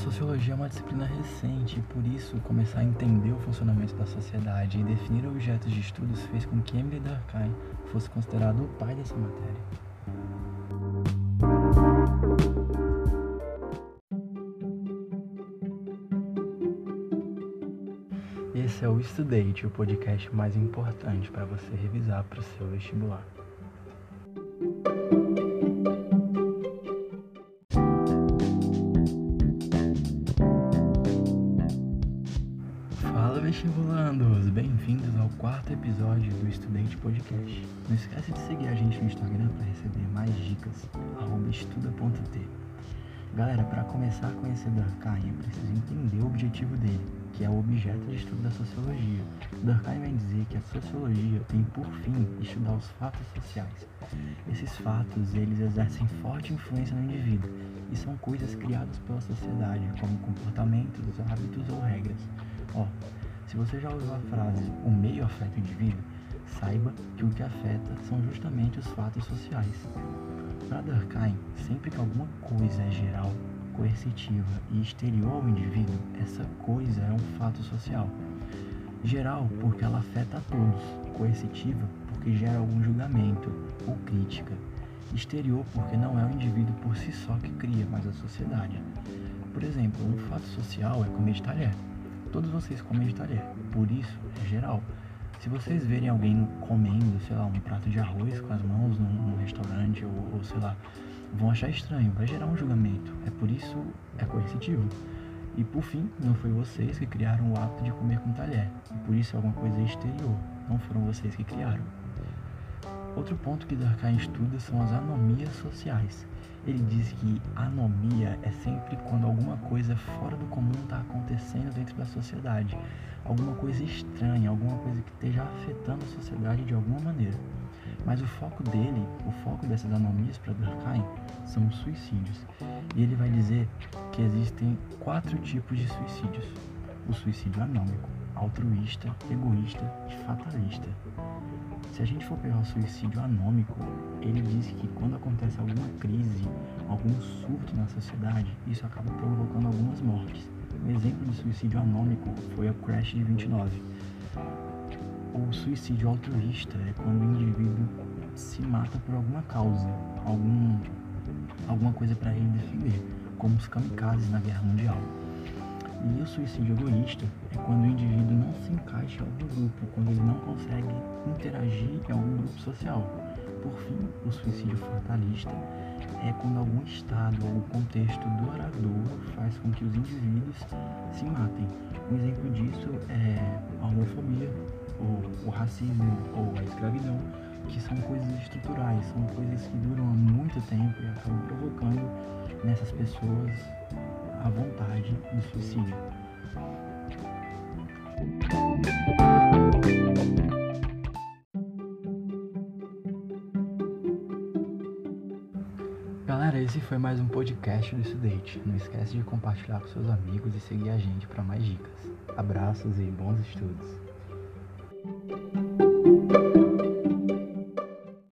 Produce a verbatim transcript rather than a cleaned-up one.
sociologia é uma disciplina recente e, por isso, começar a entender o funcionamento da sociedade e definir objetos de estudos fez com que Emile Durkheim fosse considerado o pai dessa matéria. Esse é o Estudate, o podcast mais importante para você revisar para o seu vestibular. Fala, vestibulandos! Bem-vindos ao quarto episódio do Estudante Podcast. Não esquece de seguir a gente no Instagram para receber mais dicas, arroba estuda ponto t. Galera, para começar a conhecer Durkheim, é preciso entender o objetivo dele, que é o objeto de estudo da sociologia. Durkheim vai dizer que a sociologia tem por fim estudar os fatos sociais. Esses fatos, eles exercem forte influência no indivíduo e são coisas criadas pela sociedade, como comportamentos, hábitos ou regras. Ó, se você já ouviu a frase "o meio afeta o indivíduo", saiba que o que afeta são justamente os fatos sociais. Para Durkheim, sempre que alguma coisa é geral, coercitiva e exterior ao indivíduo, essa coisa é um fato social. Geral, porque ela afeta a todos. Coercitiva, porque gera algum julgamento ou crítica. Exterior, porque não é o indivíduo por si só que cria, mas a sociedade. Por exemplo, um fato social é comer de talher. Todos vocês comem de talher, por isso é geral. Se vocês verem alguém comendo, sei lá, um prato de arroz com as mãos num, num restaurante ou, ou sei lá, vão achar estranho, vai gerar um julgamento. É por isso é coercitivo. E por fim, não foi vocês que criaram o hábito de comer com talher. E por isso é alguma coisa exterior. Não foram vocês que criaram. Outro ponto que Durkheim estuda são as anomias sociais. Ele diz que anomia é sempre quando alguma coisa fora do comum está acontecendo dentro da sociedade. Alguma coisa estranha, alguma coisa que esteja afetando a sociedade de alguma maneira. Mas o foco dele, o foco dessas anomias para Durkheim, são os suicídios. E ele vai dizer que existem quatro tipos de suicídios. O suicídio anômico, altruísta, egoísta e fatalista. Se a gente for pegar o suicídio anômico, ele diz que quando acontece alguma crise, algum surto na sociedade, isso acaba provocando algumas mortes. Um exemplo de suicídio anômico foi a Crash de vinte e nove. O suicídio altruísta é quando o indivíduo se mata por alguma causa, algum, alguma coisa para ele defender, como os kamikazes na Guerra Mundial. E o suicídio egoísta é quando o indivíduo não se encaixa em algum grupo, quando ele não consegue interagir em algum grupo social. Por fim, o suicídio fatalista é quando algum estado ou contexto duradouro faz com que os indivíduos se matem. Um exemplo disso é a homofobia, ou o racismo, ou a escravidão, que são coisas estruturais, são coisas que duram há muito tempo e acabam provocando nessas pessoas a vontade do suicídio. Galera, esse foi mais um podcast do Estudante. Não esquece de compartilhar com seus amigos e seguir a gente para mais dicas. Abraços e bons estudos!